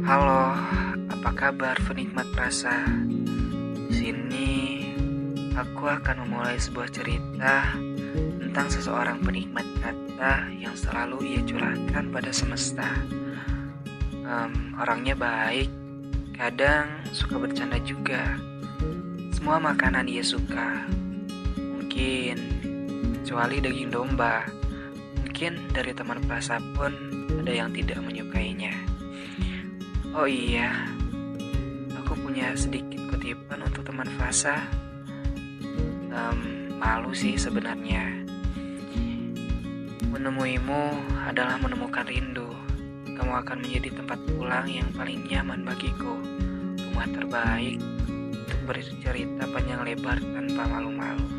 Halo, apa kabar penikmat rasa? Sini aku akan memulai sebuah cerita tentang seseorang penikmat kata yang selalu ia curahkan pada semesta. Orangnya baik, kadang suka bercanda juga. Semua makanan ia suka, mungkin kecuali daging domba. Mungkin dari teman perasa pun ada yang tidak menyukainya. Oh iya, aku punya sedikit kutipan untuk teman frasa. Malu sih sebenarnya. Menemuimu adalah menemukan rindu. Kamu akan menjadi tempat pulang yang paling nyaman bagiku. Rumah terbaik untuk bercerita panjang lebar tanpa malu-malu.